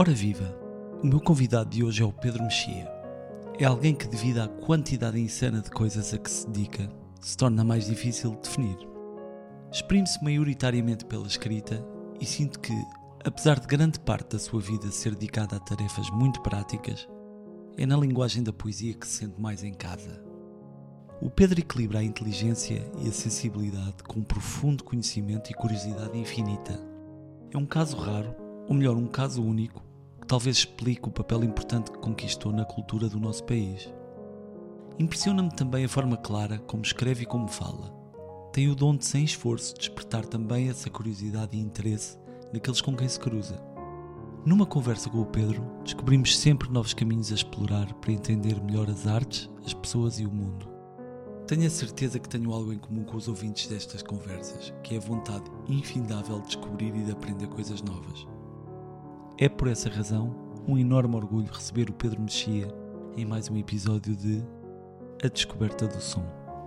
Ora viva! O meu convidado de hoje é o Pedro Mexia. É alguém que, devido à quantidade insana de coisas a que se dedica, se torna mais difícil de definir. Exprime-se maioritariamente pela escrita e sinto que, apesar de grande parte da sua vida ser dedicada a tarefas muito práticas, é na linguagem da poesia que se sente mais em casa. O Pedro equilibra a inteligência e a sensibilidade com um profundo conhecimento e curiosidade infinita. É um caso raro, ou melhor, um caso único, que talvez explique o papel importante que conquistou na cultura do nosso país. Impressiona-me também a forma clara como escreve e como fala. Tem o dom de, sem esforço, despertar também essa curiosidade e interesse naqueles com quem se cruza. Numa conversa com o Pedro, descobrimos sempre novos caminhos a explorar para entender melhor as artes, as pessoas e o mundo. Tenho a certeza que tenho algo em comum com os ouvintes destas conversas, que é a vontade infindável de descobrir e de aprender coisas novas. É por essa razão um enorme orgulho receber o Pedro Mexia em mais um episódio de A Descoberta do Som.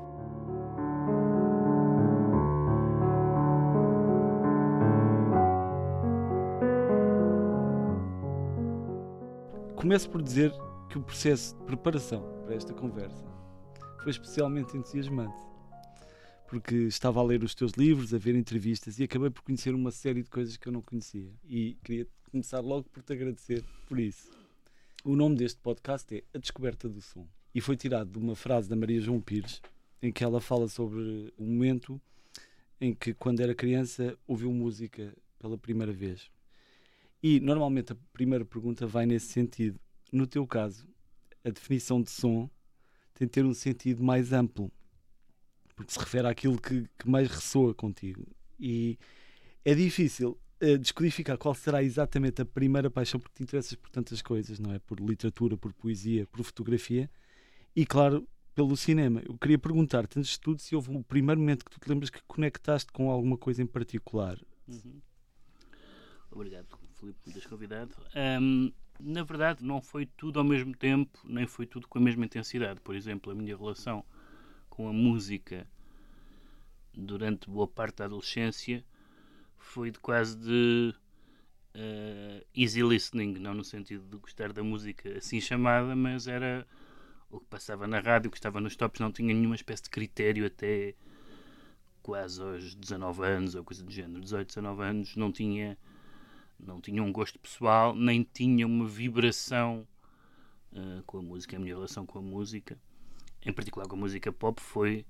Começo por dizer que o processo de preparação para esta conversa foi especialmente entusiasmante, porque estava a ler os teus livros, a ver entrevistas e acabei por conhecer uma série de coisas que eu não conhecia e queria começar logo por te agradecer por isso. O nome deste podcast é A Descoberta do Som e foi tirado de uma frase da Maria João Pires em que ela fala sobre o momento em que, quando era criança, ouviu música pela primeira vez. E normalmente a primeira pergunta vai nesse sentido. No teu caso, a definição de som tem de ter um sentido mais amplo, porque se refere àquilo que mais ressoa contigo. E é difícil descodificar qual será exatamente a primeira paixão, porque te interessas por tantas coisas, não é? Por literatura, por poesia, por fotografia e, claro, pelo cinema. Eu queria perguntar-te, antes de tudo, se houve um primeiro momento que tu te lembras que conectaste com alguma coisa em particular. Obrigado, Filipe, por teres convidado. Na verdade, não foi tudo ao mesmo tempo, nem foi tudo com a mesma intensidade. Por exemplo, a minha relação com a música durante boa parte da adolescência foi de quase de easy listening, não no sentido de gostar da música assim chamada, mas era o que passava na rádio, o que estava nos tops, não tinha nenhuma espécie de critério até quase aos 19 anos ou coisa do género, 18, 19 anos, não tinha um gosto pessoal, nem tinha uma vibração com a música. A minha relação com a música, em particular com a música pop, foi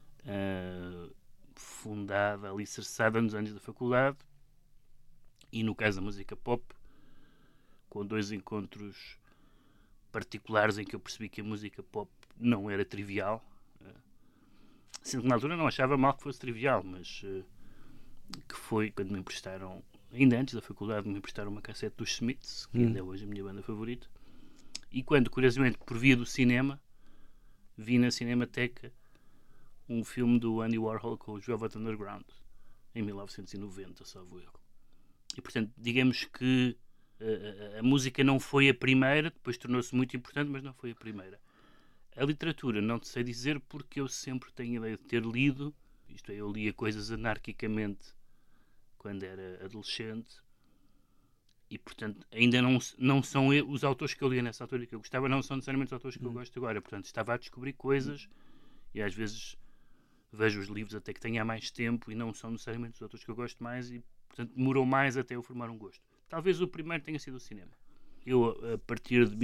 fundada, alicerçada nos anos da faculdade, e no caso da música pop, com dois encontros particulares em que eu percebi que a música pop não era trivial, sendo que na altura não achava mal que fosse trivial, mas que foi quando me emprestaram, ainda antes da faculdade, me emprestaram uma cassete dos Smiths, que ainda é hoje a minha banda favorita, e quando, curiosamente, por via do cinema, vi na Cinemateca um filme do Andy Warhol com o Velvet Underground, em 1990, salvo erro. E, portanto, digamos que a música não foi a primeira, depois tornou-se muito importante, mas não foi a primeira. A literatura, não te sei dizer, porque eu sempre tenho a ideia de ter lido, isto é, eu lia coisas anarquicamente quando era adolescente, e, portanto, ainda não são os autores que eu lia nessa altura que eu gostava, não são necessariamente os autores que eu gosto agora. Portanto, estava a descobrir coisas e às vezes vejo os livros até que tenho há mais tempo e não são necessariamente os autores que eu gosto mais e, portanto, demorou mais até eu formar um gosto. Talvez o primeiro tenha sido o cinema. Eu, a partir de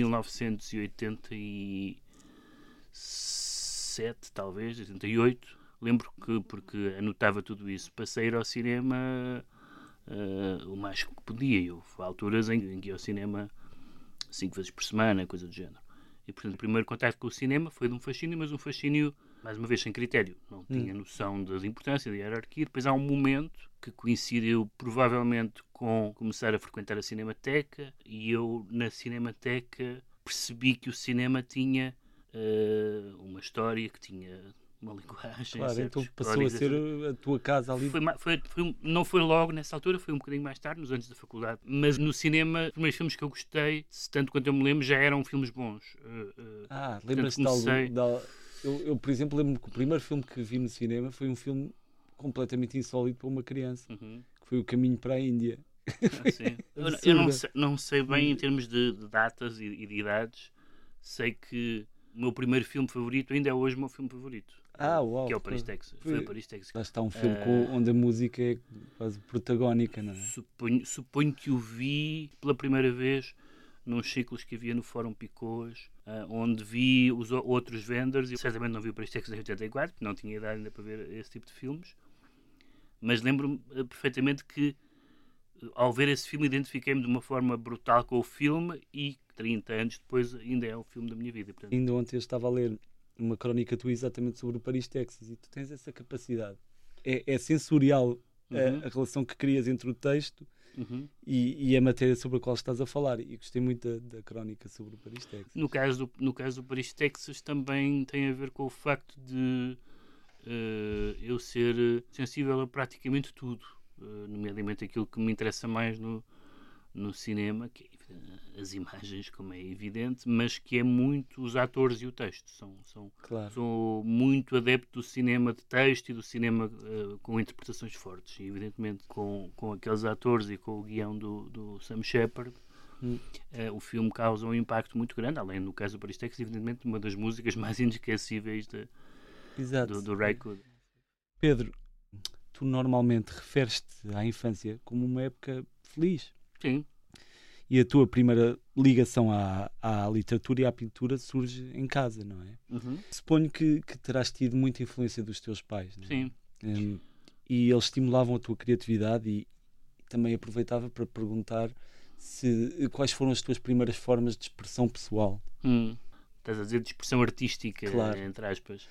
1987, talvez, 88, lembro que, porque anotava tudo isso, passei a ir ao cinema o mais que podia. Houve alturas em que ia ao cinema 5 vezes por semana, coisa do género. E, portanto, o primeiro contacto com o cinema foi de um fascínio, mas um fascínio, mais uma vez, sem critério. Não tinha noção da importância, da hierarquia. Depois há um momento que coincidiu, provavelmente, com começar a frequentar a Cinemateca, e eu, na Cinemateca, percebi que o cinema tinha uma história, que tinha uma linguagem. Claro, então passou a ser a tua casa ali. Não foi logo nessa altura, foi um bocadinho mais tarde, nos anos da faculdade. Mas no cinema, os primeiros filmes que eu gostei, tanto quanto eu me lembro, já eram filmes bons. Lembras-te de algum? Eu, por exemplo, lembro-me que o primeiro filme que vi no cinema foi um filme completamente insólito para uma criança, que foi O Caminho para a Índia. Sim. Eu Absurda. não sei bem em termos de datas e de idades. Sei que o meu primeiro filme favorito ainda é hoje o meu filme favorito. Uau. Que é o Paris, Texas. Foi o Paris, Texas. Lá está um filme onde a música é quase protagónica, não é? Suponho que o vi pela primeira vez nos ciclos que havia no Fórum Picoas, onde vi os outros vendors, e certamente não vi o Paris, Texas em 84, porque não tinha idade ainda para ver esse tipo de filmes, mas lembro-me perfeitamente que ao ver esse filme identifiquei-me de uma forma brutal com o filme e 30 anos depois ainda é o filme da minha vida. Portanto, Ainda ontem eu estava a ler uma crónica tua exatamente sobre o Paris, Texas, e tu tens essa capacidade. É sensorial a relação que crias entre o texto e a matéria sobre a qual estás a falar. E gostei muito da crónica sobre o Paris, Texas. No caso do Paris, Texas, também tem a ver com o facto de eu ser sensível a praticamente tudo, nomeadamente aquilo que me interessa mais no cinema, que é as imagens, como é evidente, mas que é muito os atores e o texto. Claro. Sou muito adepto do cinema de texto e do cinema com interpretações fortes. E, evidentemente, com aqueles atores e com o guião do Sam Shepard, o filme causa um impacto muito grande, além, no caso do Paris, Texas, evidentemente, uma das músicas mais inesquecíveis do Ray Cooder. Pedro, tu normalmente referes-te à infância como uma época feliz. Sim. E a tua primeira ligação à literatura e à pintura surge em casa, não é? Suponho que terás tido muita influência dos teus pais, não é? Sim. E eles estimulavam a tua criatividade e também aproveitava para perguntar quais foram as tuas primeiras formas de expressão pessoal. Estás a dizer de expressão artística, claro. Entre aspas.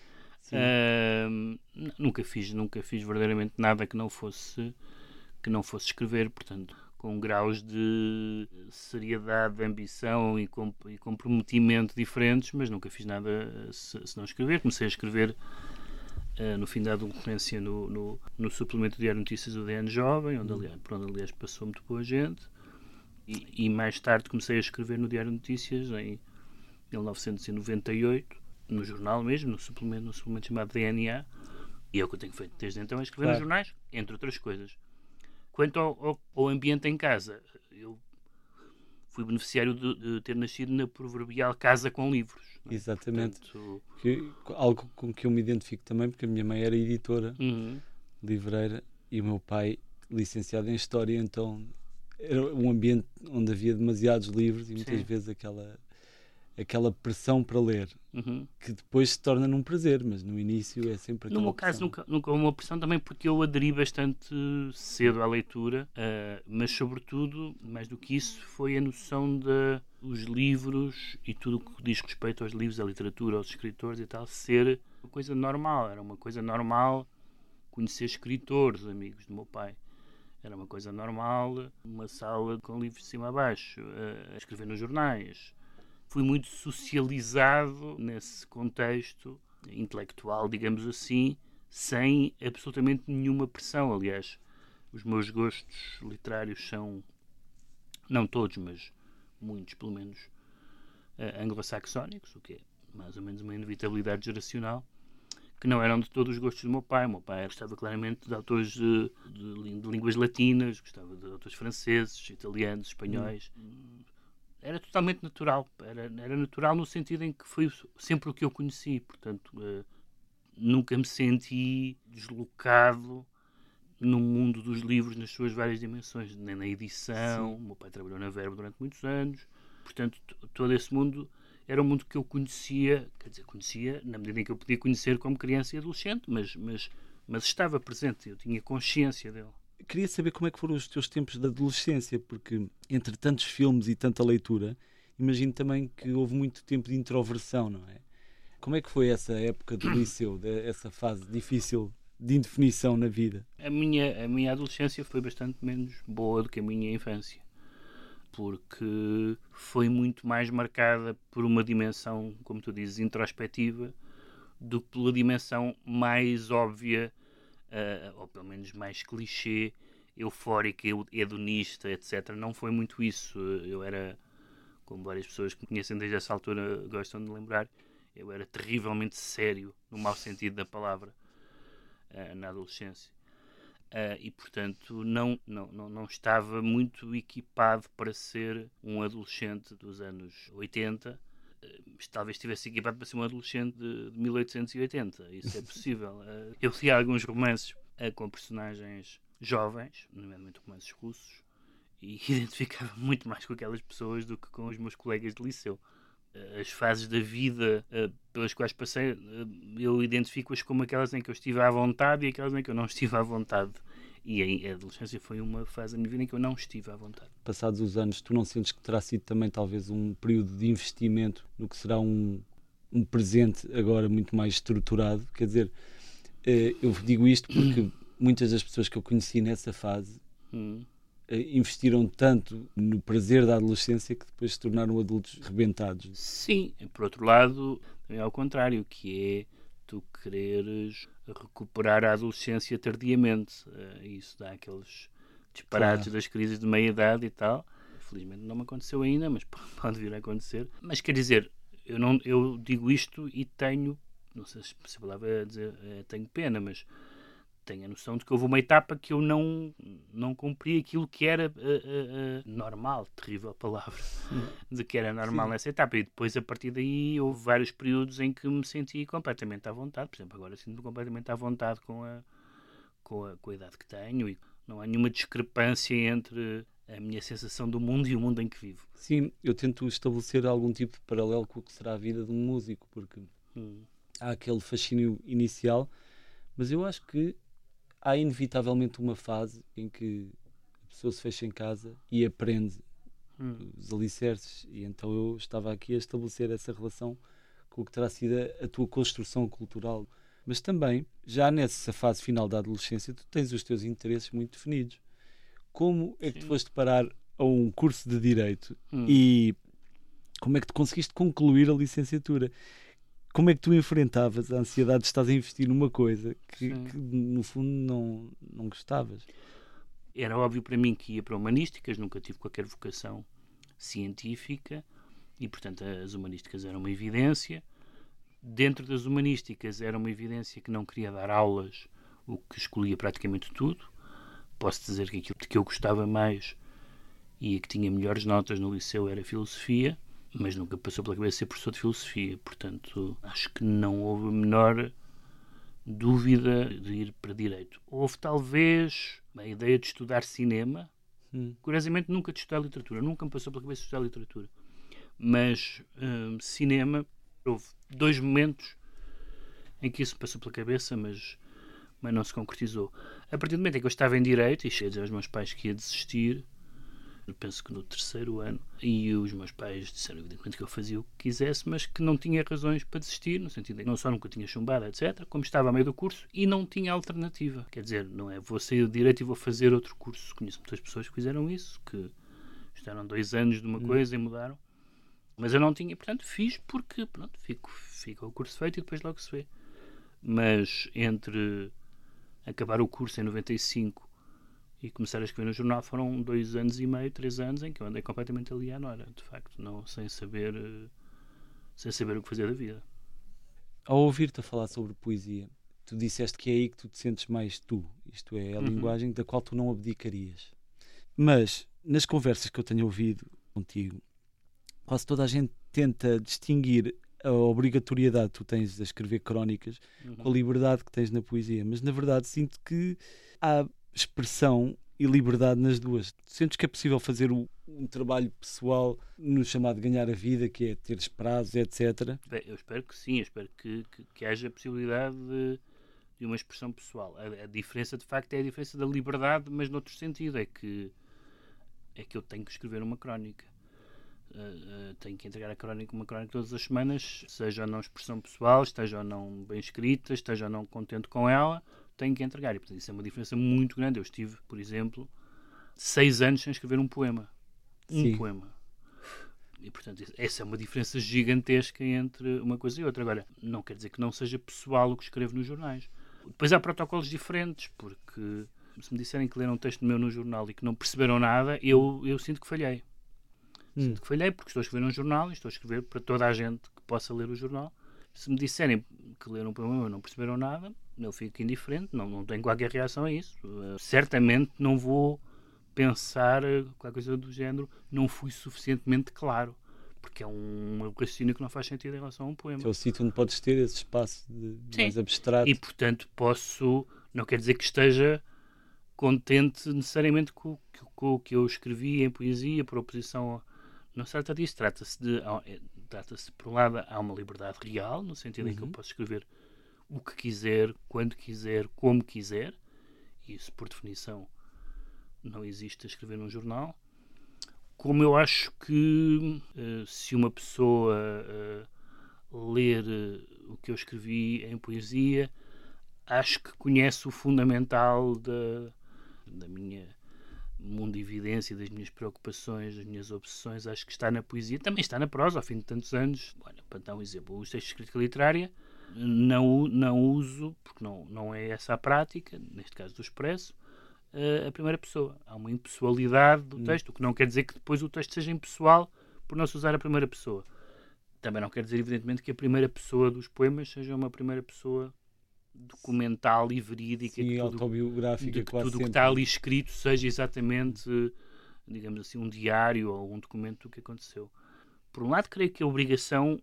Nunca fiz verdadeiramente nada que não fosse escrever, portanto, com graus de seriedade, de ambição e comprometimento diferentes, mas nunca fiz nada se não escrever. Comecei a escrever no fim da adolescência no suplemento do Diário de Notícias do DN Jovem, por onde aliás passou muito boa gente, e mais tarde comecei a escrever no Diário de Notícias em 1998, no jornal mesmo, no suplemento chamado DNA, e é o que eu tenho feito desde então, é escrever nos jornais, entre outras coisas. Quanto ao ambiente em casa, eu fui beneficiário de ter nascido na proverbial casa com livros. Exatamente. Portanto, algo com que eu me identifico também, porque a minha mãe era editora, livreira, e o meu pai licenciado em História, então era um ambiente onde havia demasiados livros e muitas vezes aquela pressão para ler, que depois se torna num prazer, mas no início é sempre aquela pressão. No meu caso nunca houve uma pressão, também porque eu aderi bastante cedo à leitura, mas sobretudo, mais do que isso, foi a noção de os livros e tudo o que diz respeito aos livros, à literatura, aos escritores e tal, ser uma coisa normal. Era uma coisa normal conhecer escritores, amigos do meu pai. Era uma coisa normal, uma sala com livros de cima a baixo, a escrever nos jornais. Fui muito socializado nesse contexto intelectual, digamos assim, sem absolutamente nenhuma pressão. Aliás, os meus gostos literários são, não todos, mas muitos, pelo menos, anglo-saxónicos, o que é mais ou menos uma inevitabilidade geracional, que não eram de todos os gostos do meu pai. O meu pai gostava claramente de autores de línguas latinas, gostava de autores franceses, italianos, espanhóis. Era totalmente natural. Era natural no sentido em que foi sempre o que eu conheci. Portanto, nunca me senti deslocado no mundo dos livros nas suas várias dimensões. Nem na edição. O meu pai trabalhou na Verbo durante muitos anos. Portanto, todo esse mundo era um mundo que eu conhecia. Quer dizer, conhecia na medida em que eu podia conhecer como criança e adolescente. Mas estava presente. Eu tinha consciência dele. Queria saber como é que foram os teus tempos de adolescência, porque entre tantos filmes e tanta leitura, imagino também que houve muito tempo de introversão, não é? Como é que foi essa época do liceu, essa fase difícil de indefinição na vida? A minha adolescência foi bastante menos boa do que a minha infância, porque foi muito mais marcada por uma dimensão, como tu dizes, introspectiva, do que pela dimensão mais óbvia, ou pelo menos mais clichê, eufórica, hedonista, etc. Não foi muito isso. Eu era, como várias pessoas que me conhecem desde essa altura gostam de lembrar, eu era terrivelmente sério, no mau sentido da palavra, na adolescência. e, portanto, não estava muito equipado para ser um adolescente dos anos 80. Talvez estivesse equipado para ser um adolescente de 1880. Isso é possível. Eu li alguns romances com personagens jovens, nomeadamente romances russos, e identificava muito mais com aquelas pessoas do que com os meus colegas de liceu. As fases da vida pelas quais passei, eu identifico-as como aquelas em que eu estive à vontade e aquelas em que eu não estive à vontade. E a adolescência foi uma fase da minha vida em que eu não estive à vontade. Passados os anos, tu não sentes que terá sido também talvez um período de investimento no que será um presente agora muito mais estruturado? Quer dizer, eu digo isto porque muitas das pessoas que eu conheci nessa fase investiram tanto no prazer da adolescência que depois se tornaram adultos rebentados. Sim, por outro lado, é ao contrário, que é tu quereres recuperar a adolescência tardiamente. Isso dá aqueles disparates das crises de meia-idade e tal. Felizmente não me aconteceu ainda, mas pode vir a acontecer. Mas quer dizer, eu digo isto e tenho, não sei se a palavra é dizer tenho pena, mas tenho a noção de que houve uma etapa que eu não cumpri aquilo que era normal, terrível palavra, de que era normal nessa etapa. E depois, a partir daí, houve vários períodos em que me senti completamente à vontade. Por exemplo, agora sinto-me completamente à vontade com a idade que tenho e não há nenhuma discrepância entre a minha sensação do mundo e o mundo em que vivo. Sim, eu tento estabelecer algum tipo de paralelo com o que será a vida de um músico, porque há aquele fascínio inicial, mas eu acho que há inevitavelmente uma fase em que a pessoa se fecha em casa e aprende os alicerces, e então eu estava aqui a estabelecer essa relação com o que terá sido a tua construção cultural. Mas também, já nessa fase final da adolescência, tu tens os teus interesses muito definidos. Como é que tu foste parar a um curso de Direito e como é que tu conseguiste concluir a licenciatura? Como é que tu enfrentavas a ansiedade de estar a investir numa coisa que no fundo não gostavas? Era óbvio para mim que ia para humanísticas, nunca tive qualquer vocação científica e, portanto, as humanísticas eram uma evidência. Dentro das humanísticas era uma evidência que não queria dar aulas, o que escolhia praticamente tudo. Posso dizer que aquilo que eu gostava mais e que tinha melhores notas no liceu era filosofia, mas nunca passou pela cabeça ser professor de filosofia. Portanto, acho que não houve a menor dúvida de ir para Direito. Houve talvez a ideia de estudar cinema. Curiosamente nunca de estudar literatura, nunca me passou pela cabeça estudar literatura. Mas cinema, houve 2 momentos em que isso me passou pela cabeça, mas não se concretizou. A partir do momento em que eu estava em Direito e cheguei a dizer aos meus pais que ia desistir, eu penso que no 3º ano, e os meus pais disseram evidentemente que eu fazia o que quisesse, mas que não tinha razões para desistir, no sentido de que não só nunca tinha chumbado, etc., como estava a meio do curso e não tinha alternativa. Quer dizer, não é vou sair de Direito e vou fazer outro curso. Conheço muitas pessoas que fizeram isso, que estudaram 2 anos de uma coisa e mudaram. Mas eu não tinha, portanto fiz porque, pronto, fica o curso feito e depois logo se vê. Mas entre acabar o curso em 95 e começar a escrever no jornal foram 2 anos e meio, 3 anos em que eu andei completamente ali à nora, de facto, não, sem saber o que fazer da vida. Ao ouvir-te a falar sobre poesia, tu disseste que é aí que tu te sentes mais tu, isto é, a linguagem da qual tu não abdicarias. Mas, nas conversas que eu tenho ouvido contigo, quase toda a gente tenta distinguir a obrigatoriedade que tu tens de escrever crónicas com a liberdade que tens na poesia, mas na verdade sinto que há expressão e liberdade nas duas. Sentes que é possível fazer um trabalho pessoal no chamado ganhar a vida, que é teres prazos, etc. Bem, eu espero que sim, eu espero que haja a possibilidade de uma expressão pessoal. A diferença, de facto, é a diferença da liberdade, mas noutro sentido, é que eu tenho que escrever uma crónica. Tenho que entregar uma crónica todas as semanas, seja ou não expressão pessoal, esteja ou não bem escrita, esteja ou não contente com ela, tenho que entregar. E, portanto, isso é uma diferença muito grande. Eu estive, por exemplo, 6 anos sem escrever um poema. Um poema. E, portanto, essa é uma diferença gigantesca entre uma coisa e outra. Agora, não quer dizer que não seja pessoal o que escrevo nos jornais. Depois há protocolos diferentes, porque se me disserem que leram um texto meu no jornal e que não perceberam nada, eu sinto que falhei. Sinto que falhei porque estou a escrever um jornal e estou a escrever para toda a gente que possa ler o jornal. Se me disserem que leram um poema e não perceberam nada, eu fico indiferente, não tenho qualquer reação a isso. Certamente não vou pensar qualquer coisa do género, não fui suficientemente claro, porque é um raciocínio que não faz sentido em relação a um poema. É o sítio onde podes ter esse espaço mais abstrato. E, portanto, não quer dizer que esteja contente necessariamente com o que eu escrevi em poesia, por oposição não se trata disso, trata-se, por um lado, há uma liberdade real, no sentido em que eu posso escrever o que quiser, quando quiser, como quiser. Isso, por definição, não existe a escrever num jornal. Como eu acho que se uma pessoa ler o que eu escrevi em poesia, acho que conhece o fundamental da minha mundividência, das minhas preocupações, das minhas obsessões. Acho que está na poesia, também está na prosa, ao fim de tantos anos. Olha, para dar um exemplo, os textos de crítica literária não uso, porque não é essa a prática, neste caso do Expresso, a primeira pessoa. Há uma impessoalidade do texto, o que não quer dizer que depois o texto seja impessoal por não se usar a primeira pessoa. Também não quer dizer, evidentemente, que a primeira pessoa dos poemas seja uma primeira pessoa documental e verídica. Sim, autobiográfica, quase tudo o que está ali escrito seja exatamente, digamos assim, um diário ou um documento do que aconteceu. Por um lado, creio que a obrigação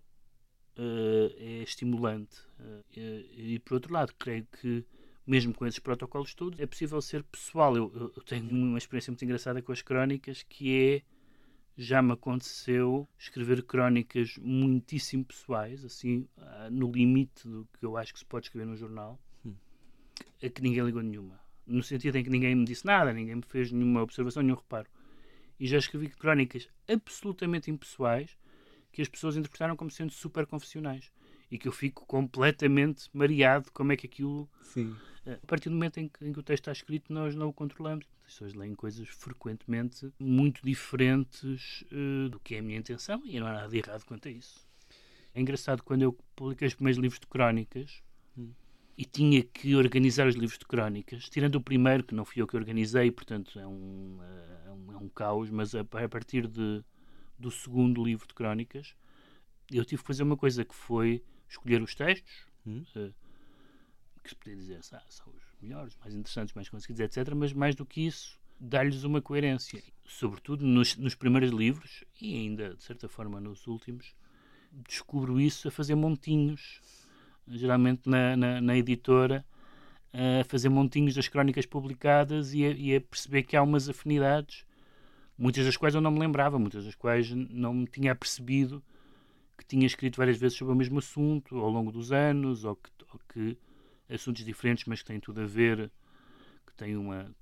é estimulante. E por outro lado, creio que mesmo com esses protocolos todos, é possível ser pessoal. Eu tenho uma experiência muito engraçada com as crónicas, que é, já me aconteceu escrever crónicas muitíssimo pessoais, assim, no limite do que eu acho que se pode escrever num jornal, a que ninguém ligou nenhuma. No sentido em que ninguém me disse nada, ninguém me fez nenhuma observação, nenhum reparo. E já escrevi crónicas absolutamente impessoais que as pessoas interpretaram como sendo super confessionais. E que eu fico completamente mareado como é que aquilo... Sim. A partir do momento em que o texto está escrito, nós não o controlamos. As pessoas leem coisas frequentemente muito diferentes do que é a minha intenção, e não há nada de errado quanto a isso. É engraçado, quando eu publiquei os primeiros livros de crónicas e tinha que organizar os livros de crónicas, tirando o primeiro, que não fui eu que organizei, portanto é um caos, mas a partir do segundo livro de crónicas, eu tive que fazer uma coisa, que foi escolher os textos, que se podia dizer são os melhores, mais interessantes, mais conseguidos, etc. Mas mais do que isso, dar-lhes uma coerência. Sobretudo nos primeiros livros, e ainda de certa forma nos últimos, descubro isso a fazer montinhos, geralmente na editora, a fazer montinhos das crónicas publicadas e a perceber que há umas afinidades, muitas das quais eu não me lembrava, muitas das quais não me tinha apercebido que tinha escrito várias vezes sobre o mesmo assunto ao longo dos anos, ou que assuntos diferentes, mas que têm tudo a ver, que têm uma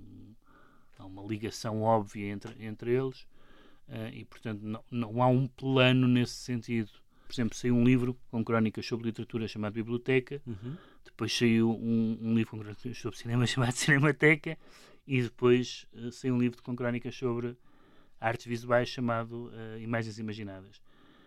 ligação óbvia entre eles, e portanto não há um plano nesse sentido. Por exemplo, saiu um livro com crónicas sobre literatura chamado Biblioteca, depois saiu um livro com crónicas sobre cinema chamado Cinemateca, e depois saiu um livro com crónicas sobre artes visuais chamado Imagens Imaginadas.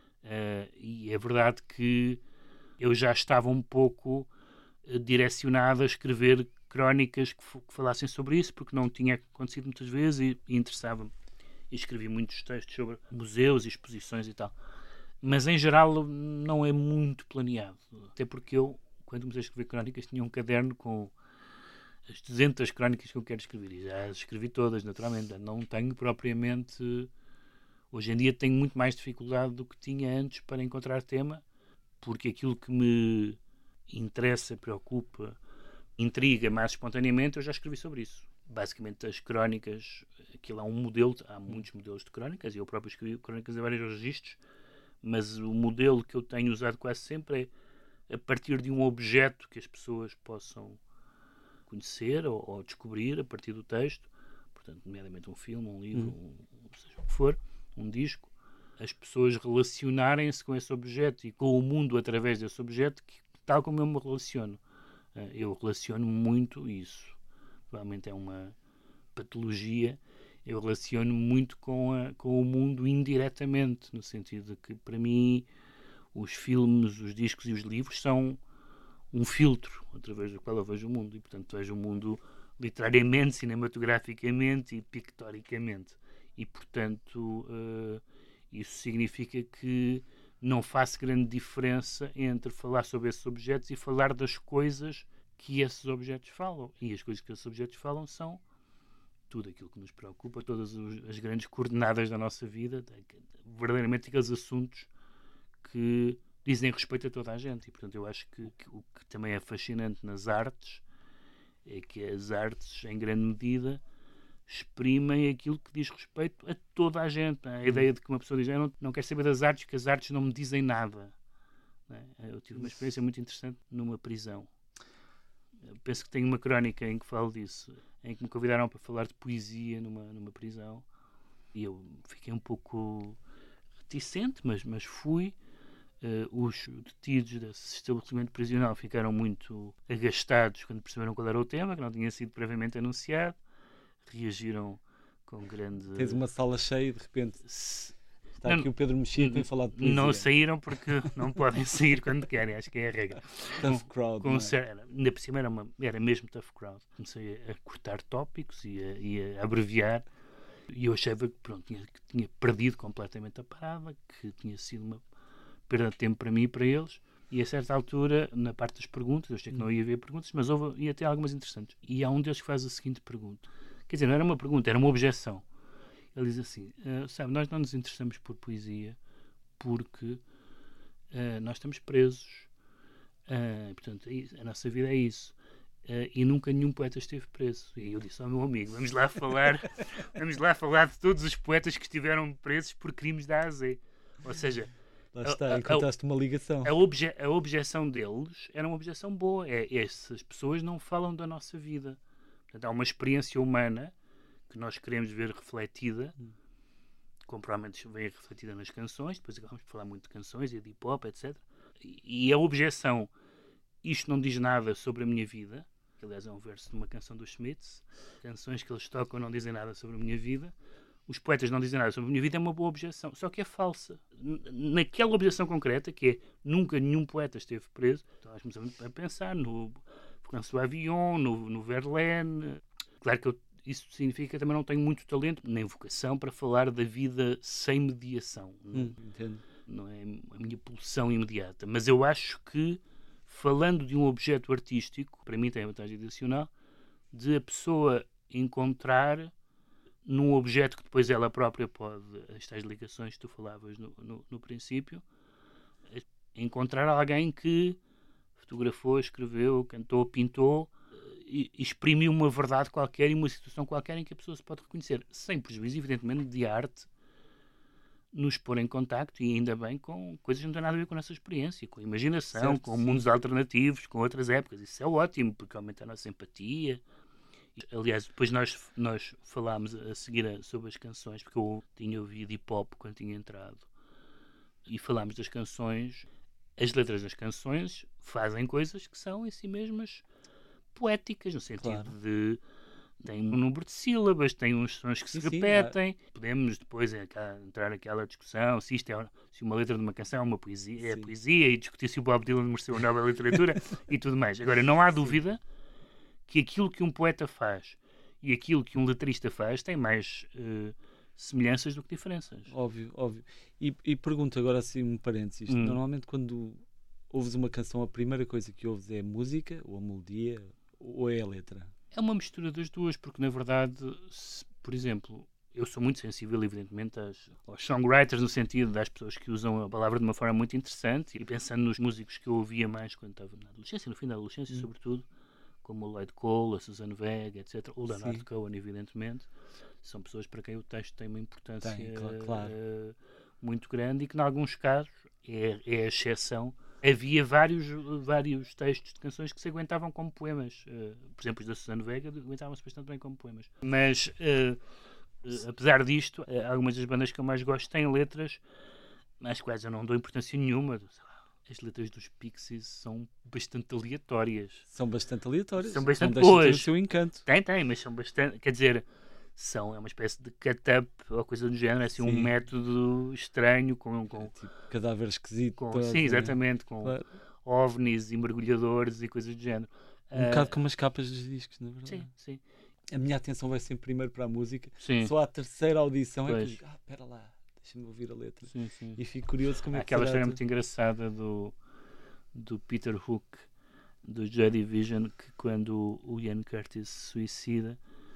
E é verdade que eu já estava um pouco direcionado a escrever crónicas que falassem sobre isso, porque não tinha acontecido muitas vezes e interessava-me. E escrevi muitos textos sobre museus e exposições e tal. Mas em geral não é muito planeado. Até porque eu, quando comecei a escrever crónicas, tinha um caderno com as 200 crónicas que eu quero escrever. E já as escrevi todas, naturalmente. Não tenho propriamente... Hoje em dia tenho muito mais dificuldade do que tinha antes para encontrar tema, porque aquilo que me interessa, preocupa, intriga mais espontaneamente, eu já escrevi sobre isso. Basicamente, as crónicas, aquilo é um modelo, há muitos modelos de crónicas, e eu próprio escrevi crónicas em vários registros, mas o modelo que eu tenho usado quase sempre é a partir de um objeto que as pessoas possam conhecer ou descobrir a partir do texto, portanto, nomeadamente um filme, um livro, seja o que for, um disco, as pessoas relacionarem-se com esse objeto e com o mundo através desse objeto, tal como eu me relaciono. Eu relaciono muito isso. Provavelmente é uma patologia. Eu relaciono muito com o mundo indiretamente, no sentido de que, para mim, os filmes, os discos e os livros são um filtro através do qual eu vejo o mundo. E, portanto, vejo o mundo literariamente, cinematograficamente e pictoricamente. E, portanto, isso significa que não faço grande diferença entre falar sobre esses objetos e falar das coisas que esses objetos falam. E as coisas que esses objetos falam são tudo aquilo que nos preocupa, todas as grandes coordenadas da nossa vida, verdadeiramente aqueles assuntos que dizem respeito a toda a gente. E, portanto, eu acho que o que também é fascinante nas artes é que as artes, em grande medida, exprimem aquilo que diz respeito a toda a gente. A ideia de que uma pessoa diz, eu não quero saber das artes, porque as artes não me dizem nada. Eu tive uma experiência muito interessante numa prisão. Eu penso que tenho uma crónica em que falo disso, em que me convidaram para falar de poesia numa prisão, e eu fiquei um pouco reticente, mas fui. Os detidos desse estabelecimento prisional ficaram muito agastados quando perceberam qual era o tema, que não tinha sido previamente anunciado. Reagiram com grande... Tens uma sala cheia e de repente está aqui o Pedro Mexia que vem falar de poesia. Não saíram porque não podem sair quando querem, acho que é a regra. Tough crowd. Ainda por cima era mesmo tough crowd. Comecei a cortar tópicos e a abreviar, e eu achava que tinha perdido completamente a parada, que tinha sido uma perda de tempo para mim e para eles. E a certa altura, na parte das perguntas, eu achei que não ia haver perguntas, mas ia ter algumas interessantes. E há um deles que faz a seguinte pergunta. Quer dizer, não era uma pergunta, era uma objeção. Ele diz assim, sabe, nós não nos interessamos por poesia porque nós estamos presos. Portanto, a nossa vida é isso. E nunca nenhum poeta esteve preso. E eu disse ao meu amigo, vamos lá falar de todos os poetas que estiveram presos por crimes da AZ. Ou seja, lá está, encontraste uma ligação. A objeção deles era uma objeção boa. Essas pessoas não falam da nossa vida. Portanto, há uma experiência humana que nós queremos ver refletida, como provavelmente vem refletida nas canções. Depois acabamos por falar muito de canções e de hip-hop, etc. E a objeção, isto não diz nada sobre a minha vida, que aliás é um verso de uma canção dos Smiths, canções que eles tocam não dizem nada sobre a minha vida. Os poetas não dizem nada sobre a minha vida, é uma boa objeção, só que é falsa. Naquela objeção concreta, que é nunca nenhum poeta esteve preso, então nós começamos a pensar no François Villon, no Verlaine. Claro que isso significa que eu também não tenho muito talento, nem vocação, para falar da vida sem mediação. Não é a minha pulsão imediata. Mas eu acho que, falando de um objeto artístico, para mim tem a vantagem adicional, de a pessoa encontrar num objeto que depois ela própria pode, as tais ligações que tu falavas no princípio, encontrar alguém que fotografou, escreveu, cantou, pintou, e exprimiu uma verdade qualquer e uma situação qualquer em que a pessoa se pode reconhecer, sem prejuízo, evidentemente, de arte, nos pôr em contacto, e ainda bem, com coisas que não têm nada a ver com a nossa experiência, com a imaginação, certo, com mundos alternativos, com outras épocas. Isso é ótimo, porque aumenta a nossa empatia. Aliás, depois nós falámos a seguir sobre as canções, porque eu tinha ouvido hip-hop quando tinha entrado, e falámos das canções. As letras das canções fazem coisas que são em si mesmas poéticas, no sentido de tem um número de sílabas, tem uns sons que se repetem. Podemos depois entrar naquela discussão se uma letra de uma canção é uma poesia, é poesia, e discutir se o Bob Dylan mereceu o Nobel de Literatura e tudo mais. Agora, não há dúvida que aquilo que um poeta faz e aquilo que um letrista faz tem mais semelhanças do que diferenças. Óbvio. E pergunto agora assim um parênteses. Normalmente quando ouves uma canção, a primeira coisa que ouves é a música, ou a melodia, ou é a letra? É uma mistura das duas, porque na verdade, por exemplo, eu sou muito sensível, evidentemente, aos songwriters, no sentido das pessoas que usam a palavra de uma forma muito interessante, e pensando nos músicos que eu ouvia mais quando estava na adolescência, no fim da adolescência, sobretudo, como o Lloyd Cole, a Suzanne Vega, etc., ou o Leonard Cohen, evidentemente, são pessoas para quem o texto tem uma importância muito grande, e que, em alguns casos, é a exceção. Havia vários textos de canções que se aguentavam como poemas. Por exemplo, os da Suzanne Vega aguentavam-se bastante bem como poemas. Mas, apesar disto, algumas das bandas que eu mais gosto têm letras às quais eu não dou importância nenhuma. As letras dos Pixies são bastante aleatórias. São bastante aleatórias. São bastante boas. O seu encanto. Tem, mas são bastante... Quer dizer, é uma espécie de cut-up ou coisa do género, assim, um método estranho com tipo, cadáver esquisito. Sim, exatamente, com ovnis e mergulhadores e coisas do género. Um bocado como as capas dos discos, na verdade. Sim. A minha atenção vai sempre primeiro para a música. Sim. Só à terceira audição é que eu digo, espera lá, deixa-me ouvir a letra. Sim. E fico curioso como é que aquela história muito engraçada do Peter Hook, do Joy Division, que quando o Ian Curtis se suicida,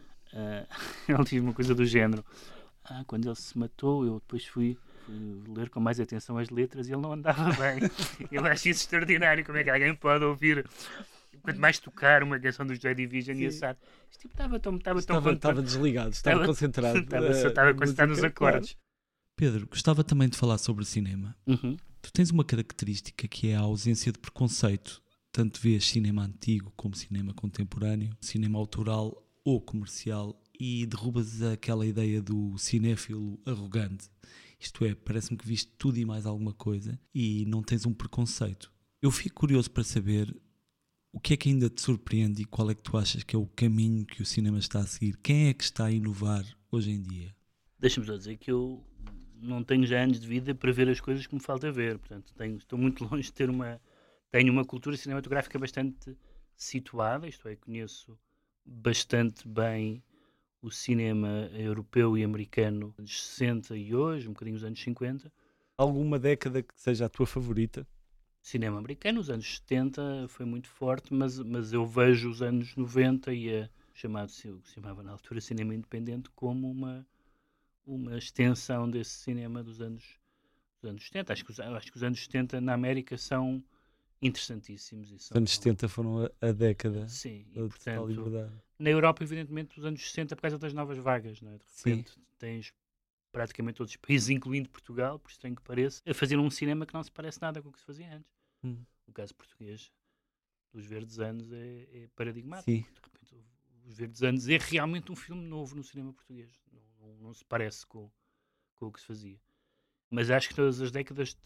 ele diz uma coisa do género: quando ele se matou, eu depois fui ler com mais atenção as letras e ele não andava bem. Eu acho isso extraordinário. Como é que alguém pode ouvir, quanto mais tocar uma canção do Joy Division, e achar este tipo estava desligado, estava concentrado. Estava concentrado nos acordes. Claro. Pedro, gostava também de falar sobre cinema. Uhum. Tu tens uma característica que é a ausência de preconceito. Tanto vês cinema antigo como cinema contemporâneo, cinema autoral ou comercial, e derrubas aquela ideia do cinéfilo arrogante. Isto é, parece-me que viste tudo e mais alguma coisa e não tens um preconceito. Eu fico curioso para saber o que é que ainda te surpreende e qual é que tu achas que é o caminho que o cinema está a seguir. Quem é que está a inovar hoje em dia? Deixa-me só dizer que eu não tenho já anos de vida para ver as coisas que me falta ver. Portanto, estou muito longe de ter tenho uma cultura cinematográfica bastante situada, isto é, conheço bastante bem o cinema europeu e americano dos 60 e hoje, um bocadinho dos anos 50. Alguma década que seja a tua favorita? Cinema americano, os anos 70 foi muito forte, mas eu vejo os anos 90 e o que se chamava na altura cinema independente como uma extensão desse cinema dos anos 70. Acho que os anos 70 na América são interessantíssimos. Os anos 70 foram a década. Sim, e portanto, na Europa, evidentemente, os anos 60 por causa das novas vagas, não é? De repente tens praticamente todos os países, incluindo Portugal, por estranho que pareça, a fazer um cinema que não se parece nada com o que se fazia antes. O caso português dos Verdes Anos é paradigmático. Sim. De repente, os Verdes Anos é realmente um filme novo no cinema português. Não se parece com o que se fazia. Mas acho que todas as décadas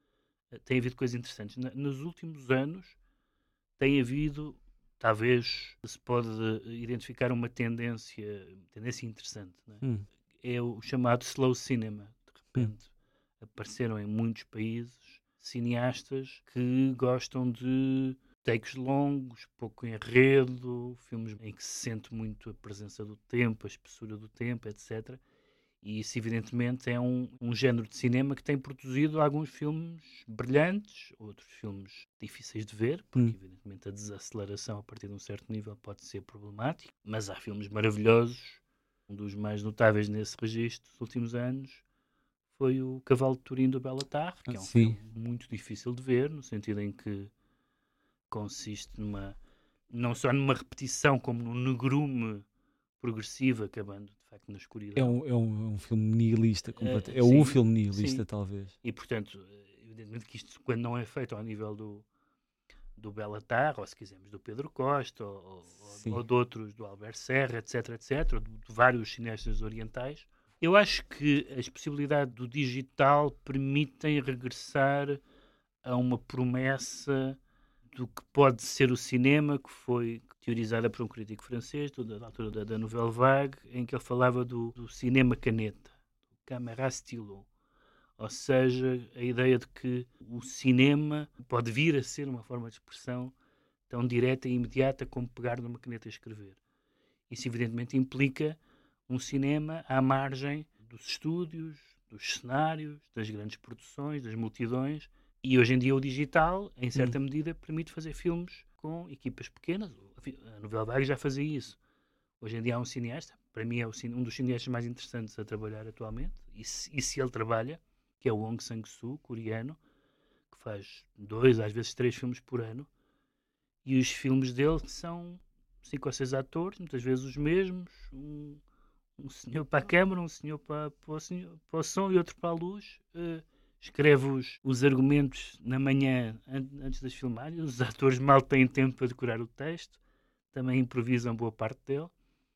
tem havido coisas interessantes. Nos últimos anos tem havido, talvez se pode identificar uma tendência interessante, não é? É o chamado slow cinema. De repente apareceram em muitos países cineastas que gostam de takes longos, pouco enredo, filmes em que se sente muito a presença do tempo, a espessura do tempo, etc. E isso, evidentemente, é um género de cinema que tem produzido alguns filmes brilhantes, outros filmes difíceis de ver, porque, evidentemente, a desaceleração a partir de um certo nível pode ser problemática, mas há filmes maravilhosos. Um dos mais notáveis nesse registro dos últimos anos foi o Cavalo de Turim do Béla Tarr, que é um filme muito difícil de ver, no sentido em que consiste não só numa repetição, como num negrume progressivo, acabando de facto na escuridão. É um filme nihilista, é o filme nihilista, talvez. E portanto, evidentemente que isto, quando não é feito ao nível do Béla Tarr, ou se quisermos do Pedro Costa, ou de outros, do Albert Serra, etc, ou de vários cineastas orientais, eu acho que as possibilidades do digital permitem regressar a uma promessa do que pode ser o cinema, que foi teorizada por um crítico francês da altura da Nouvelle Vague, em que ele falava do cinema caneta, do caméra stylo. Ou seja, a ideia de que o cinema pode vir a ser uma forma de expressão tão direta e imediata como pegar numa caneta e escrever. Isso evidentemente implica um cinema à margem dos estúdios, dos cenários, das grandes produções, das multidões. E hoje em dia o digital, em certa medida, permite fazer filmes com equipas pequenas. A Nouvelle Vague já fazia isso. Hoje em dia há um cineasta, para mim é um dos cineastas mais interessantes a trabalhar atualmente, e se ele trabalha, que é o Hong Sang-soo, coreano, que faz 2, às vezes 3 filmes por ano, e os filmes dele são 5 ou 6 atores, muitas vezes os mesmos, um senhor para a câmara, um senhor para o som e outro para a luz. Escreve os argumentos na manhã antes das filmagens, os atores mal têm tempo para decorar o texto, também improvisam boa parte dele,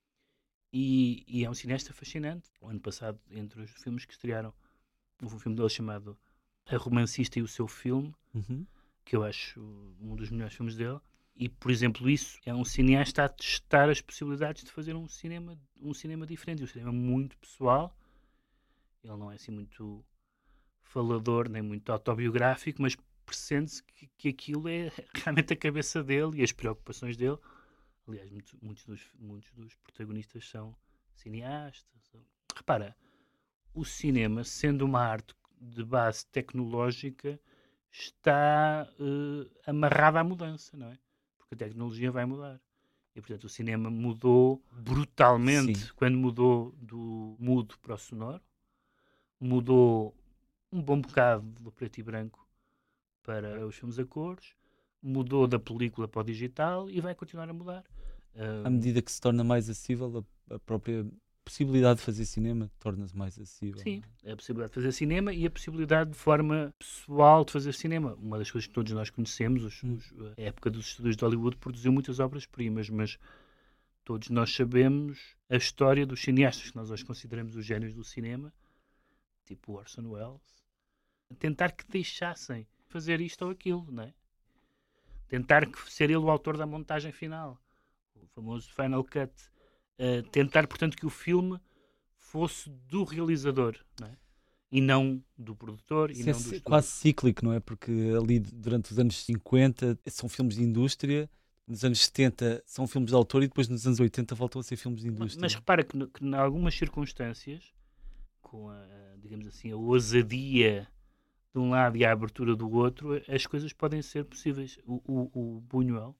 e é um cineasta fascinante. O ano passado, entre os filmes que estrearam, houve um filme dele chamado A Romancista e o Seu Filme, que eu acho um dos melhores filmes dele, e, por exemplo, isso é um cineasta a testar as possibilidades de fazer um cinema diferente, um cinema muito pessoal. Ele não é assim muito falador, nem muito autobiográfico, mas percebe-se que aquilo é realmente a cabeça dele e as preocupações dele. Aliás, muitos dos protagonistas são cineastas. Repara, o cinema, sendo uma arte de base tecnológica, está amarrada à mudança, não é? porque a tecnologia vai mudar. E, portanto, o cinema mudou brutalmente. Sim. Quando mudou do mudo para o sonoro. Mudou um bom bocado do preto e branco para os filmes a cores. Mudou da película para o digital e vai continuar a mudar. À medida que se torna mais acessível, a própria possibilidade de fazer cinema torna-se mais acessível. Sim, a possibilidade de fazer cinema e a possibilidade de forma pessoal de fazer cinema. Uma das coisas que todos nós conhecemos, a época dos estúdios de Hollywood produziu muitas obras-primas, mas todos nós sabemos a história dos cineastas que nós hoje consideramos os génios do cinema, tipo Orson Welles, tentar que deixassem fazer isto ou aquilo, não é? Tentar que ser ele o autor da montagem final, o famoso Final Cut. Tentar, portanto, que o filme fosse do realizador, não é? E não do produtor. Isso e não do quase cíclico, não é? Porque ali durante os anos 50 são filmes de indústria, nos anos 70 são filmes de autor e depois nos anos 80 voltam a ser filmes de indústria. Mas repara que em algumas circunstâncias, com digamos assim, a ousadia de um lado e a abertura do outro, as coisas podem ser possíveis. O Buñuel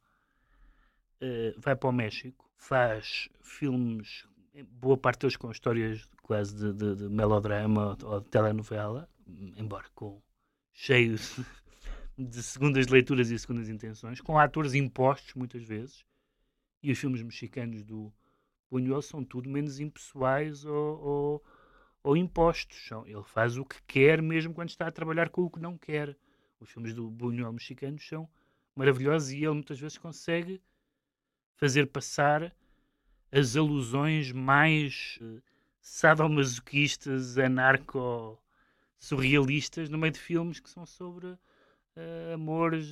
vai para o México, faz filmes, boa parte deles com histórias quase de melodrama ou de telenovela, embora cheios de segundas leituras e segundas intenções, com atores impostos muitas vezes, e os filmes mexicanos do Buñuel são tudo menos impessoais ou impostos. Ele faz o que quer mesmo quando está a trabalhar com o que não quer. Os filmes do Buñuel mexicanos são maravilhosos e ele muitas vezes consegue fazer passar as alusões mais sadomasoquistas, anarco-surrealistas no meio de filmes que são sobre amores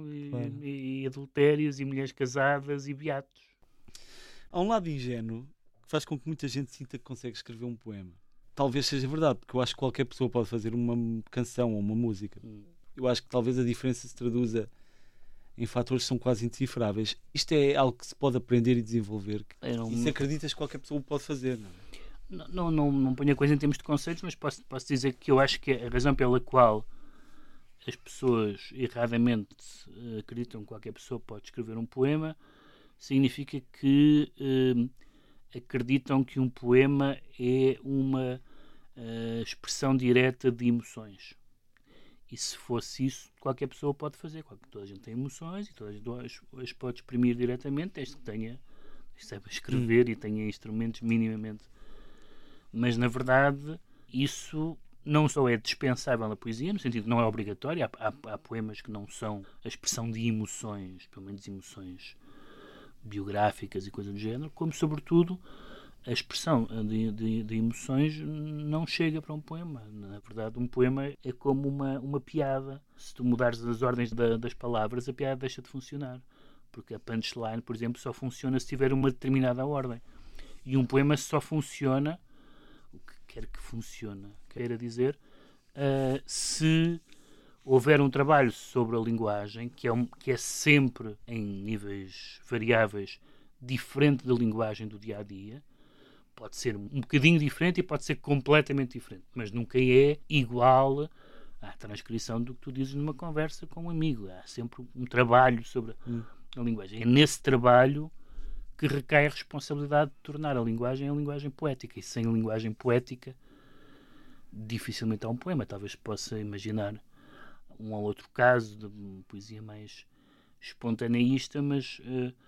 e adultérios e mulheres casadas e beatos. Há um lado ingênuo que faz com que muita gente sinta que consegue escrever um poema. Talvez seja verdade, porque eu acho que qualquer pessoa pode fazer uma canção ou uma música. Eu acho que talvez a diferença se traduza em fatores que são quase indecifráveis. Isto é algo que se pode aprender e desenvolver. E se acreditas que qualquer pessoa pode fazer, não é? Não ponho a coisa em termos de conceitos, mas posso dizer que eu acho que a razão pela qual as pessoas erradamente acreditam que qualquer pessoa pode escrever um poema significa que acreditam que um poema é uma expressão direta de emoções. E se fosse isso, qualquer pessoa pode fazer. Toda a gente tem emoções e toda a gente as pode exprimir diretamente, desde que saiba escrever e tenha instrumentos minimamente. Mas, na verdade, isso não só é dispensável na poesia, no sentido que não é obrigatório. Há poemas que não são a expressão de emoções, pelo menos emoções biográficas e coisas do género, como, sobretudo, a expressão de emoções não chega para um poema. Na verdade, um poema é como uma piada. Se tu mudares as ordens das palavras, a piada deixa de funcionar. Porque a punchline, por exemplo, só funciona se tiver uma determinada ordem. E um poema só funciona, o que quer que funcione, queira dizer, se houver um trabalho sobre a linguagem, que é sempre, em níveis variáveis, diferente da linguagem do dia-a-dia. Pode ser um bocadinho diferente e pode ser completamente diferente, mas nunca é igual à transcrição do que tu dizes numa conversa com um amigo. Há sempre um trabalho sobre a linguagem. É nesse trabalho que recai a responsabilidade de tornar a linguagem poética. E sem linguagem poética, dificilmente há um poema. Talvez possa imaginar um ou outro caso de poesia mais espontaneísta, mas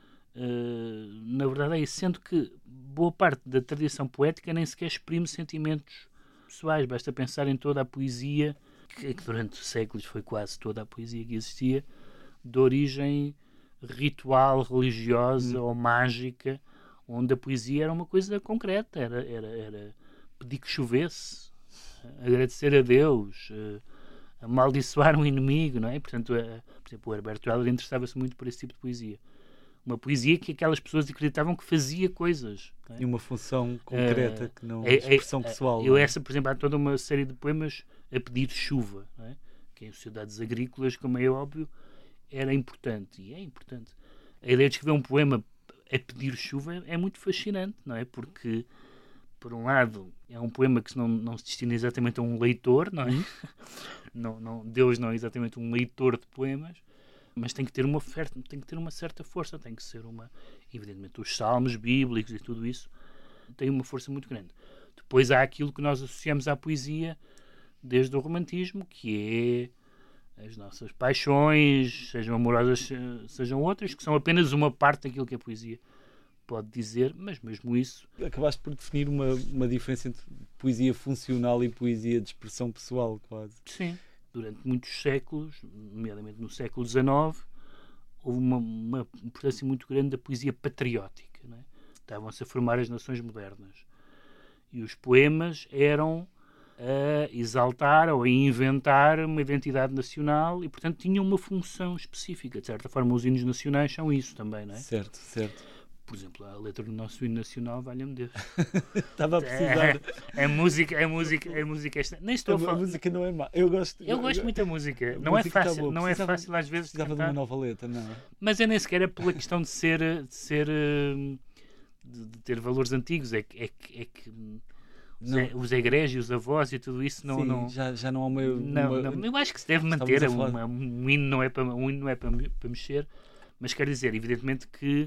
na verdade é isso, sendo que boa parte da tradição poética nem sequer exprime sentimentos pessoais. Basta pensar em toda a poesia que durante séculos foi quase toda a poesia que existia, de origem ritual, religiosa ou mágica, onde a poesia era uma coisa concreta, era pedir que chovesse, agradecer a Deus, amaldiçoar um inimigo, não é? Portanto, por exemplo, o Herbert Weller interessava-se muito por esse tipo de poesia. Uma poesia que aquelas pessoas acreditavam que fazia coisas. Não é? E uma função concreta, que não é expressão pessoal. Por exemplo, há toda uma série de poemas a pedir chuva, não é? Que em sociedades agrícolas, como é óbvio, era importante. E é importante. A ideia de escrever um poema a pedir chuva é muito fascinante, não é? Porque, por um lado, é um poema que não se destina exatamente a um leitor, não é? Deus não é exatamente um leitor de poemas, Mas tem que ter uma certa força, tem que ser evidentemente os salmos bíblicos e tudo isso tem uma força muito grande. Depois há aquilo que nós associamos à poesia desde o romantismo, que é as nossas paixões, sejam amorosas, sejam outras, que são apenas uma parte daquilo que a poesia pode dizer, mas mesmo isso... Acabaste por definir uma diferença entre poesia funcional e poesia de expressão pessoal, quase. Sim. Durante muitos séculos, nomeadamente no século XIX, houve uma importância muito grande da poesia patriótica. Não é? Estavam-se a formar as nações modernas. E os poemas eram a exaltar ou a inventar uma identidade nacional e, portanto, tinham uma função específica. De certa forma, os hinos nacionais são isso também, não é? Certo, certo. Por exemplo, a letra do nosso hino nacional, valha-me Deus. Estava a precisar. A música nem estou a falar. A música não é má. Eu gosto muito da música. Não é fácil, não é fácil às vezes. Precisava de uma nova letra, não é? Mas nem sequer é pela questão de ter valores antigos. É que os egrégios, os avós e tudo isso não. Já não há uma. Não, eu acho que se deve manter. Um hino não é para mexer, mas quer dizer, evidentemente que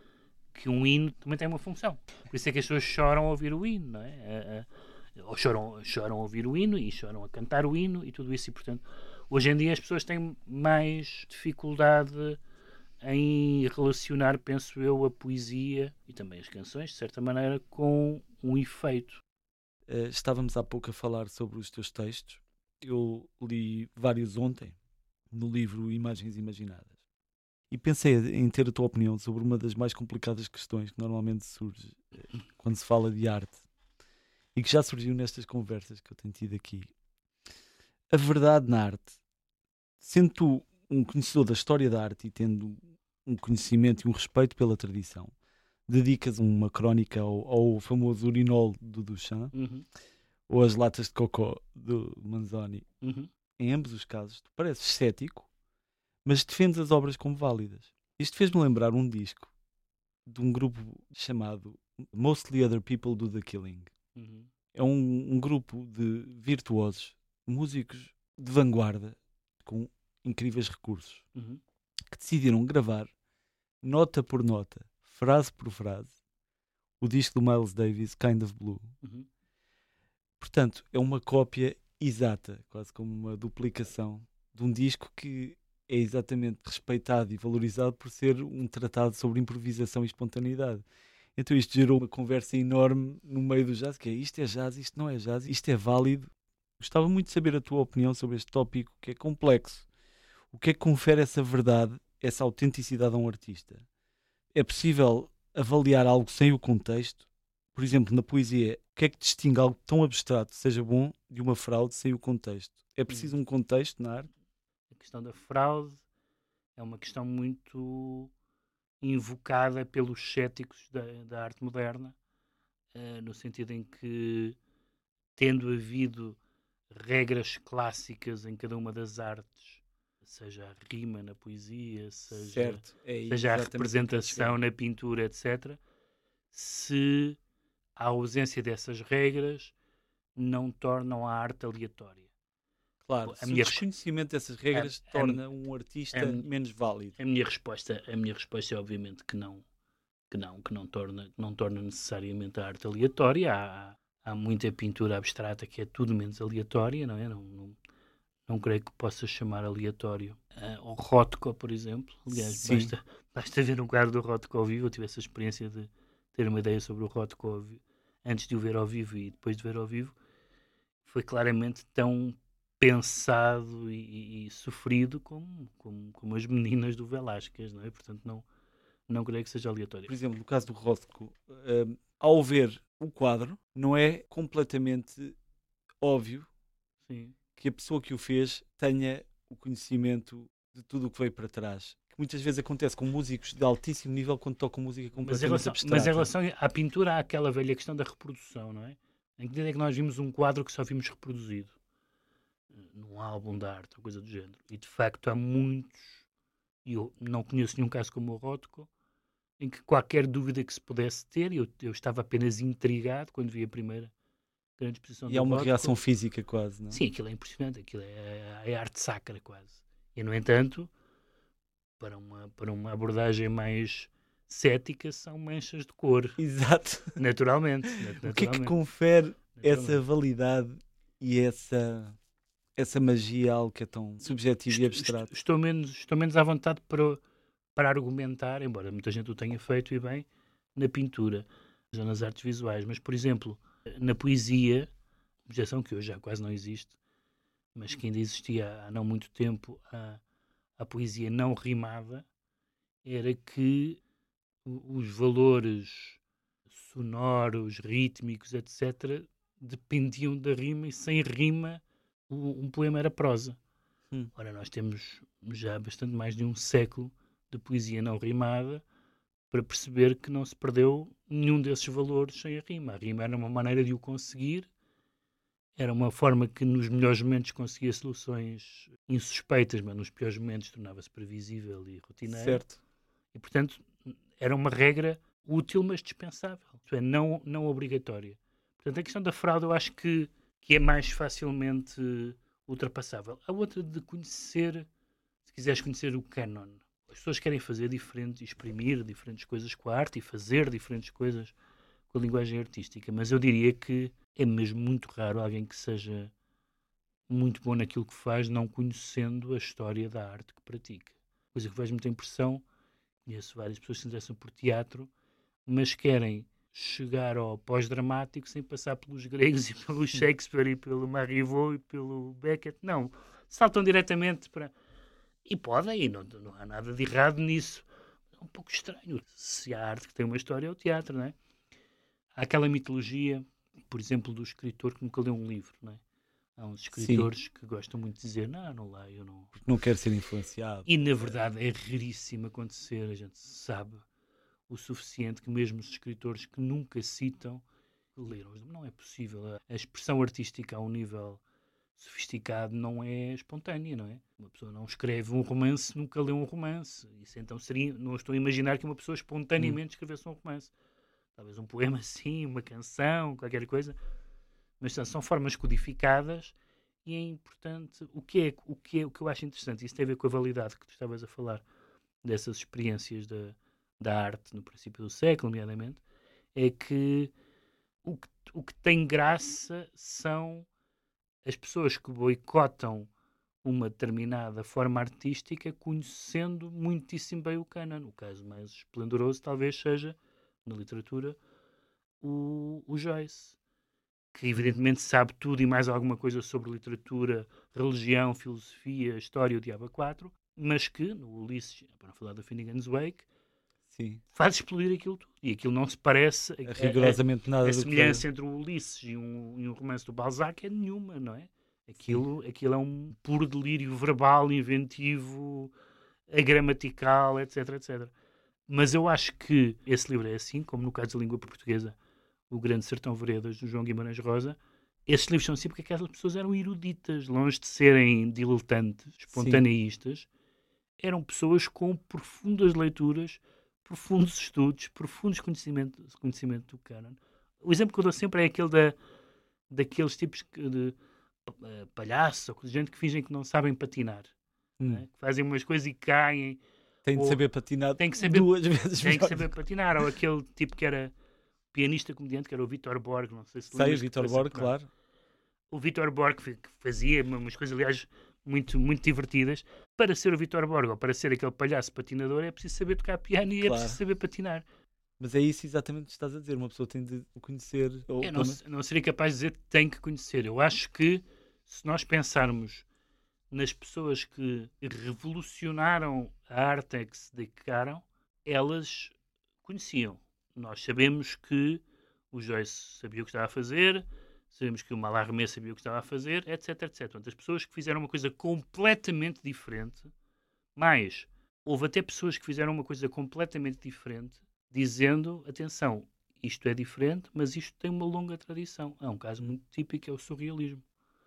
um hino também tem uma função. Por isso é que as pessoas choram a ouvir o hino, não é? Ou choram a ouvir o hino e choram a cantar o hino e tudo isso. E, portanto, hoje em dia as pessoas têm mais dificuldade em relacionar, penso eu, a poesia e também as canções, de certa maneira, com um efeito. Estávamos há pouco a falar sobre os teus textos. Eu li vários ontem no livro Imagens Imaginadas. E pensei em ter a tua opinião sobre uma das mais complicadas questões que normalmente surge quando se fala de arte e que já surgiu nestas conversas que eu tenho tido aqui. A verdade na arte. Sendo tu um conhecedor da história da arte e tendo um conhecimento e um respeito pela tradição, dedicas uma crónica ao famoso urinol do Duchamp ou as latas de cocó do Manzoni. Em ambos os casos, tu pareces cético, mas defendes as obras como válidas. Isto fez-me lembrar um disco de um grupo chamado Mostly Other People Do The Killing. É um grupo de virtuosos, músicos de vanguarda, com incríveis recursos, que decidiram gravar, nota por nota, frase por frase, o disco do Miles Davis, Kind of Blue. Portanto, é uma cópia exata, quase como uma duplicação, de um disco que é exatamente respeitado e valorizado por ser um tratado sobre improvisação e espontaneidade. Então isto gerou uma conversa enorme no meio do jazz, que é isto jazz, isto não é jazz, isto é válido. Gostava muito de saber a tua opinião sobre este tópico que é complexo. O que é que confere essa verdade, essa autenticidade a um artista? É possível avaliar algo sem o contexto? Por exemplo, na poesia, o que é que distingue algo tão abstrato, seja bom, de uma fraude sem o contexto? É preciso um contexto na arte? A questão da fraude é uma questão muito invocada pelos céticos da arte moderna, no sentido em que, tendo havido regras clássicas em cada uma das artes, seja a rima na poesia, seja a representação na pintura, etc., se a ausência dessas regras não tornam a arte aleatória. Claro, o desconhecimento dessas regras torna um artista menos válido. A minha resposta é obviamente que não torna necessariamente a arte aleatória. Há muita pintura abstrata que é tudo menos aleatória, não é? Não creio que possa chamar aleatório o Rothko, por exemplo. Aliás, basta ver um quadro do Rothko ao vivo. Eu tive essa experiência de ter uma ideia sobre o Rothko antes de o ver ao vivo e depois de ver ao vivo. Foi claramente tão pensado e sofrido como as meninas do Velázquez, não é? Portanto, não creio que seja aleatório. Por exemplo, no caso do Rothko, ao ver o quadro, não é completamente óbvio que a pessoa que o fez tenha o conhecimento de tudo o que veio para trás. Que muitas vezes acontece com músicos de altíssimo nível quando tocam música completamente abstrata. Mas em relação à pintura, há aquela velha questão da reprodução, não é? Em que é que nós vimos um quadro que só vimos reproduzido num álbum de arte ou coisa do género. E de facto há muitos, e eu não conheço nenhum caso como o Rothko, em que qualquer dúvida que se pudesse ter, eu estava apenas intrigado quando vi a primeira grande exposição do Rothko. E há uma reação física quase, não é? Sim, aquilo é impressionante, aquilo é arte sacra quase. E no entanto, para uma abordagem mais cética, são manchas de cor. Exato. Naturalmente. O que é que confere essa validade e essa magia, algo que é tão subjetivo e abstrato? Estou menos à vontade para argumentar, embora muita gente o tenha feito e bem, na pintura, já nas artes visuais. Mas, por exemplo, na poesia, objeção que hoje já quase não existe, mas que ainda existia há não muito tempo, a poesia não rimada, era que os valores sonoros, rítmicos, etc., dependiam da rima, e sem rima um poema era prosa. Ora, nós temos já bastante mais de um século de poesia não rimada para perceber que não se perdeu nenhum desses valores sem a rima. A rima era uma maneira de o conseguir, era uma forma que nos melhores momentos conseguia soluções insuspeitas, mas nos piores momentos tornava-se previsível e rotineiro. Certo. E, portanto, era uma regra útil, mas dispensável. Isto é, não obrigatória. Portanto, a questão da fraude eu acho que é mais facilmente ultrapassável. A outra de conhecer, se quiseres conhecer o canon. As pessoas querem fazer diferente, exprimir diferentes coisas com a arte e fazer diferentes coisas com a linguagem artística. Mas eu diria que é mesmo muito raro alguém que seja muito bom naquilo que faz, não conhecendo a história da arte que pratica. Coisa que faz muita impressão. Conheço várias pessoas que se interessam por teatro, mas querem chegar ao pós-dramático sem passar pelos gregos e pelo Shakespeare e pelo Marivaux e pelo Beckett. Não, saltam diretamente para... E podem, e não há nada de errado nisso. É um pouco estranho. Se a arte que tem uma história é o teatro, não é? Há aquela mitologia, por exemplo, do escritor que nunca leu um livro, não é? Há uns escritores que gostam muito de dizer não leio, eu não... Porque não quero ser influenciado. E, na verdade, é raríssimo acontecer. A gente sabe o suficiente que mesmo os escritores que nunca citam leram. Não é possível. A expressão artística a um nível sofisticado não é espontânea, não é? Uma pessoa não escreve um romance, nunca leu um romance. Isso então seria... Não estou a imaginar que uma pessoa espontaneamente escrevesse um romance. Talvez um poema, sim, uma canção, qualquer coisa. Mas são formas codificadas e é importante. O que eu acho interessante, isso tem a ver com a validade que tu estavas a falar, dessas experiências da arte no princípio do século, nomeadamente, é que o que tem graça são as pessoas que boicotam uma determinada forma artística conhecendo muitíssimo bem o canon. O caso mais esplendoroso talvez seja, na literatura, o Joyce, que evidentemente sabe tudo e mais alguma coisa sobre literatura, religião, filosofia, história, o Diabo a 4, mas que, no Ulisses, para falar do Finnegan's Wake, faz explodir aquilo tudo. E aquilo não se parece... rigorosamente nada a semelhança entre o Ulisses e um romance do Balzac é nenhuma, não é? Aquilo é um puro delírio verbal, inventivo, gramatical, etc, etc. Mas eu acho que esse livro é assim, como no caso da língua portuguesa, O Grande Sertão Veredas, do João Guimarães Rosa. Esses livros são assim porque aquelas pessoas eram eruditas, longe de serem diletantes, espontaneístas. Eram pessoas com profundas leituras, profundos estudos, profundos conhecimento do canon. O exemplo que eu dou sempre é aquele daqueles tipos de palhaços ou gente que fingem que não sabem patinar. Né? Que fazem umas coisas e caem. Tem de saber patinar duas vezes melhor. Tem que saber patinar. Ou aquele tipo que era pianista comediante, que era o Vítor Borg, não sei se lembras. Sei, o Vítor Borg, claro. O Vítor Borg que fazia umas coisas, aliás, muito, muito divertidas. Para ser o Vítor Borg ou para ser aquele palhaço patinador é preciso saber tocar piano e é preciso saber patinar. Mas é isso exatamente que estás a dizer. Uma pessoa tem de o conhecer. Eu não seria capaz de dizer que tem que conhecer. Eu acho que se nós pensarmos nas pessoas que revolucionaram a arte a que se dedicaram, elas conheciam. Nós sabemos que o Joyce sabia o que estava a fazer, sabemos que o Mallarmé sabia o que estava a fazer, etc, etc. Portanto, as pessoas que fizeram uma coisa completamente diferente, mas houve até pessoas que fizeram uma coisa completamente diferente, dizendo, atenção, isto é diferente, mas isto tem uma longa tradição. Há um caso muito típico, é o surrealismo.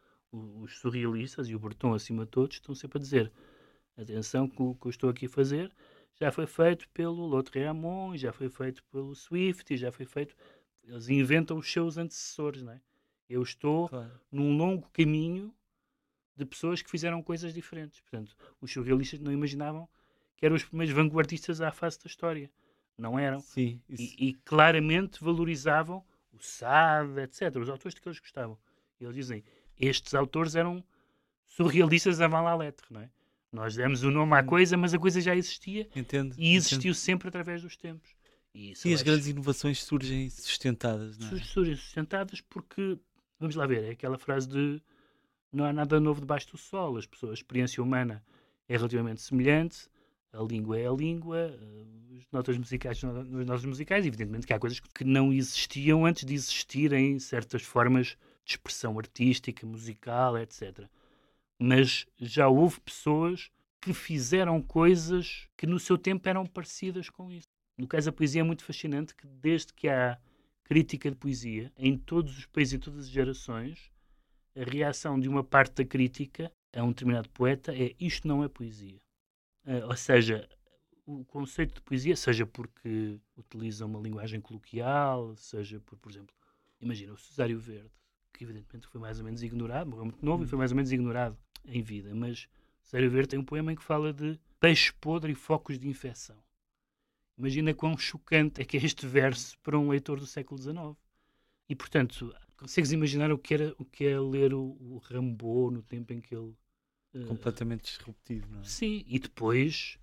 Os surrealistas, e o Breton acima de todos, estão sempre a dizer, atenção, que o que eu estou aqui a fazer já foi feito pelo Lautréamont, já foi feito pelo Swift, e já foi feito... Eles inventam os seus antecessores, não é? Eu estou num longo caminho de pessoas que fizeram coisas diferentes. Portanto, os surrealistas não imaginavam que que eram os primeiros vanguardistas à face da história. Não eram. Sim, isso. E claramente valorizavam o Sade, etc. Os autores de que eles gostavam. E eles dizem, estes autores eram surrealistas avant la lettre, não é? Nós demos o nome à coisa, mas a coisa já existia. Entendo. E existiu sempre através dos tempos. E Sim, as grandes inovações surgem sustentadas, não é? Surgem sustentadas porque, vamos lá ver, é aquela frase de não há nada novo debaixo do sol. A experiência humana é relativamente semelhante, a língua é a língua, as notas musicais são as notas musicais. Evidentemente que há coisas que não existiam antes de existirem certas formas de expressão artística, musical, etc. Mas já houve pessoas que fizeram coisas que no seu tempo eram parecidas com isso. No caso da poesia é muito fascinante que desde que há crítica de poesia, em todos os países, em todas as gerações, a reação de uma parte da crítica a um determinado poeta é isto não é poesia. Ou seja, o conceito de poesia, seja porque utiliza uma linguagem coloquial, seja por exemplo, imagina o Cesário Verde, que evidentemente foi mais ou menos ignorado, morreu muito novo e foi mais ou menos ignorado em vida, mas o Cesário Verde tem um poema em que fala de peixe podre e focos de infecção. Imagina quão chocante é que é este verso para um leitor do século XIX. E, portanto, consegues imaginar o que é ler o Rimbaud no tempo em que ele... completamente disruptivo, não é? Sim, e depois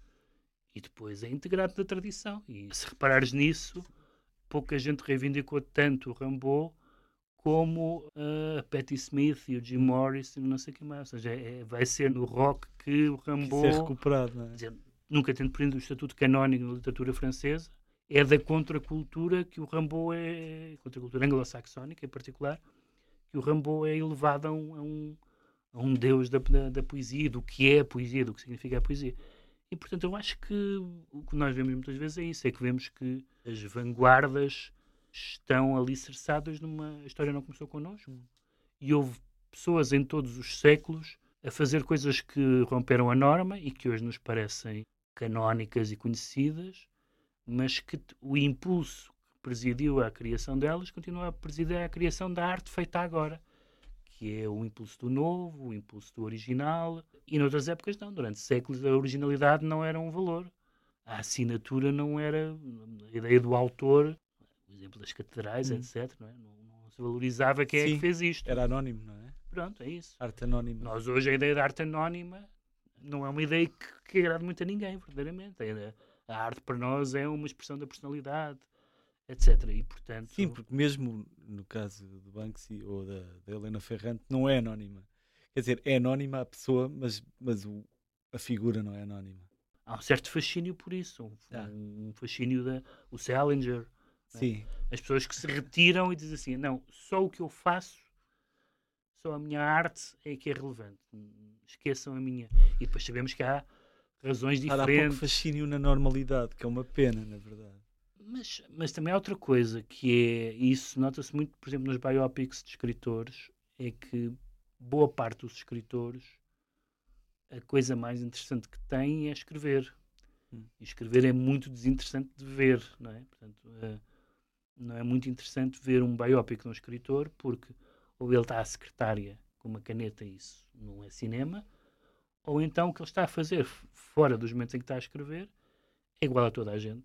é integrado da tradição. E se reparares nisso, pouca gente reivindicou tanto o Rimbaud como a Patti Smith e o Jim Morrison e não sei o que mais. Ou seja, vai ser no rock que o Rimbaud... Isso é recuperado, não é? Dizer, nunca tendo perdido o estatuto canónico na literatura francesa, é da contracultura que o Rimbaud é, contracultura anglo-saxónica em particular, que o Rimbaud é elevado a um deus da poesia, do que é a poesia, do que significa a poesia. E, portanto, eu acho que o que nós vemos muitas vezes é isso, é que vemos que as vanguardas estão alicerçadas numa... A história não começou connosco. E houve pessoas em todos os séculos a fazer coisas que romperam a norma e que hoje nos parecem canónicas e conhecidas, mas que o impulso que presidiu à criação delas continua a presidir à criação da arte feita agora, que é o impulso do novo, o impulso do original. E noutras épocas não, durante séculos a originalidade não era um valor. A assinatura não era... A ideia do autor, o exemplo das catedrais, etc., não é? Não se valorizava quem é que fez isto. Era anónimo, não é? Pronto, é isso. Arte anónima. Nós hoje a ideia da arte anónima não é uma ideia que agrade muito a ninguém, verdadeiramente. A arte para nós é uma expressão da personalidade, etc. E, portanto... Sim, porque mesmo no caso do Banksy ou da Helena Ferrante não é anónima. Quer dizer, é anónima a pessoa, mas a figura não é anónima. Há um certo fascínio por isso. Um fascínio o Salinger. Sim. Né? As pessoas que se retiram e dizem assim, não, só o que eu faço, só a minha arte é que é relevante. Esqueçam a minha. E depois sabemos que há razões diferentes. Há pouco fascínio na normalidade, que é uma pena, na verdade. Mas também há outra coisa, que é, isso nota-se muito, por exemplo, nos biopics de escritores, é que boa parte dos escritores, a coisa mais interessante que têm é escrever. E escrever é muito desinteressante de ver, não é? Portanto, não é muito interessante ver um biopic de um escritor, porque ou ele está à secretária com uma caneta, isso não é cinema, ou então o que ele está a fazer fora dos momentos em que está a escrever é igual a toda a gente.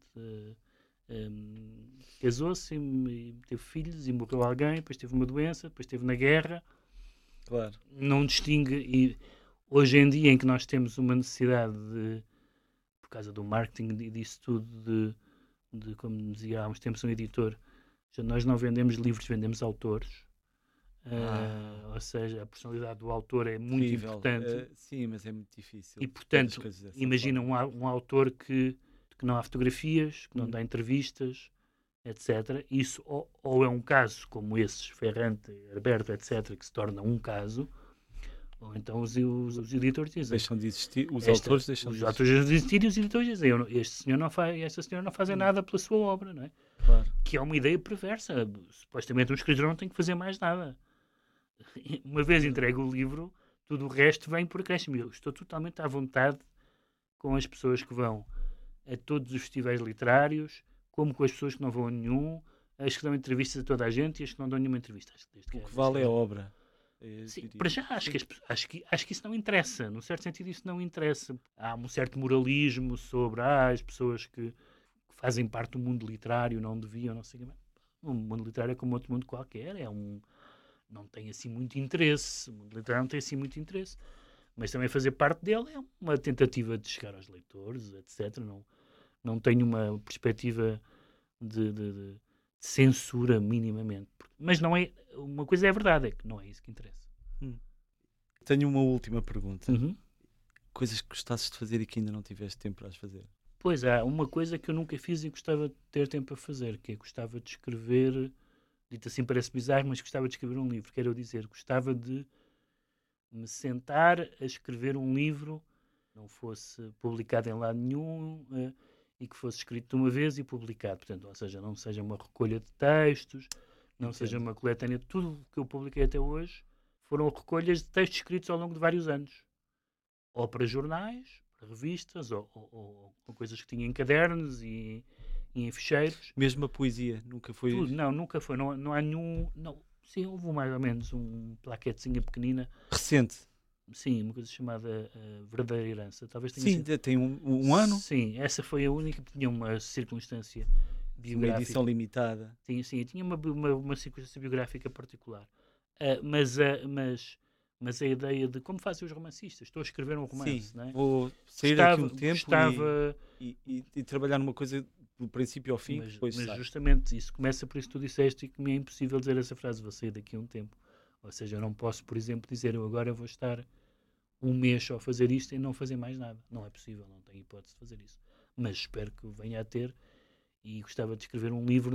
Casou-se e teve filhos e morreu alguém, depois teve uma doença, depois esteve na guerra. Claro. Não distingue. E hoje em dia, em que nós temos uma necessidade de, por causa do marketing e disso tudo, de como dizia há uns tempos um editor, nós não vendemos livros, vendemos autores. Ou seja, a personalidade do autor é muito importante. Sim, mas é muito difícil. E, portanto, imagina um autor que não há fotografias, que não dá entrevistas, etc. Isso ou é um caso como esses, Ferrante, Herberto, etc., que se torna um caso, ou então os editores dizem... Deixam de existir, os autores deixam de existir. Os autores existir e os editores dizem, este senhor não faz, esta senhora não fazem nada pela sua obra, não é? Claro. Que é uma ideia perversa. Supostamente um escritor não tem que fazer mais nada. Uma vez entregue o livro, tudo o resto vem por acréscimo. Eu estou totalmente à vontade com as pessoas que vão a todos os festivais literários, como com as pessoas que não vão a nenhum, as que dão entrevistas a toda a gente e as que não dão nenhuma entrevista. O que vale é a obra. Sim, para já acho que isso não interessa. Num certo sentido, isso não interessa. Há um certo moralismo sobre as pessoas que fazem parte do mundo literário não deviam, não sei o que. O mundo literário é como outro mundo qualquer, não tem assim muito interesse. O mundo literário não tem assim muito interesse. Mas também fazer parte dele é uma tentativa de chegar aos leitores, etc. Não tenho uma perspectiva de censura minimamente. Mas não é. Uma coisa é verdade, é que não é isso que interessa. Tenho uma última pergunta. Uhum. Coisas que gostasses de fazer e que ainda não tiveste tempo para as fazer? Pois há uma coisa que eu nunca fiz e gostava de ter tempo a fazer, que é gostava de escrever, dito assim parece bizarro, mas gostava de escrever um livro. Quero dizer, gostava de me sentar a escrever um livro, não fosse publicado em lado nenhum, e que fosse escrito de uma vez e publicado. Portanto, ou seja, não seja uma recolha de textos, não seja uma coletânea. Tudo o que eu publiquei até hoje foram recolhas de textos escritos ao longo de vários anos. Ou para jornais, para revistas, ou coisas que tinha em cadernos e em ficheiros. Mesmo a poesia? Nunca foi? Tudo, não, nunca foi. Não há nenhum... Não. Sim, houve mais ou menos uma plaquetezinha pequenina. Recente? Sim, uma coisa chamada Verdadeira Herança. Talvez tenha Sim, sido... tem um ano? Sim, essa foi a única que tinha uma circunstância biográfica. Uma edição limitada. Sim, tinha uma circunstância biográfica particular. Mas a ideia de como fazem os romancistas. Estou a escrever um romance, sim, não é? Vou sair aqui um tempo e trabalhar numa coisa do princípio ao fim. Mas justamente isso começa por isso que tu disseste e que me é impossível dizer essa frase, vou sair daqui a um tempo. Ou seja, eu não posso, por exemplo, dizer eu agora vou estar um mês só a fazer isto e não fazer mais nada. Não é possível, não tenho hipótese de fazer isso. Mas espero que venha a ter e gostava de escrever um livro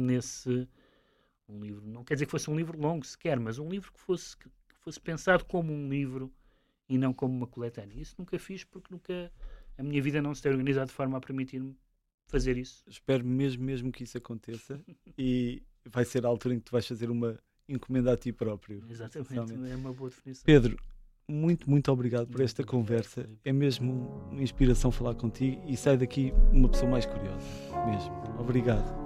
um livro, não quer dizer que fosse um livro longo sequer, mas um livro que fosse pensado como um livro e não como uma coletânea. Isso nunca fiz porque a minha vida não se tem organizado de forma a permitir-me fazer isso. Espero mesmo que isso aconteça e vai ser a altura em que tu vais fazer uma encomenda a ti próprio. Exatamente, é uma boa definição. Pedro, muito obrigado por esta conversa. É mesmo uma inspiração falar contigo e sai daqui uma pessoa mais curiosa. Mesmo. Obrigado.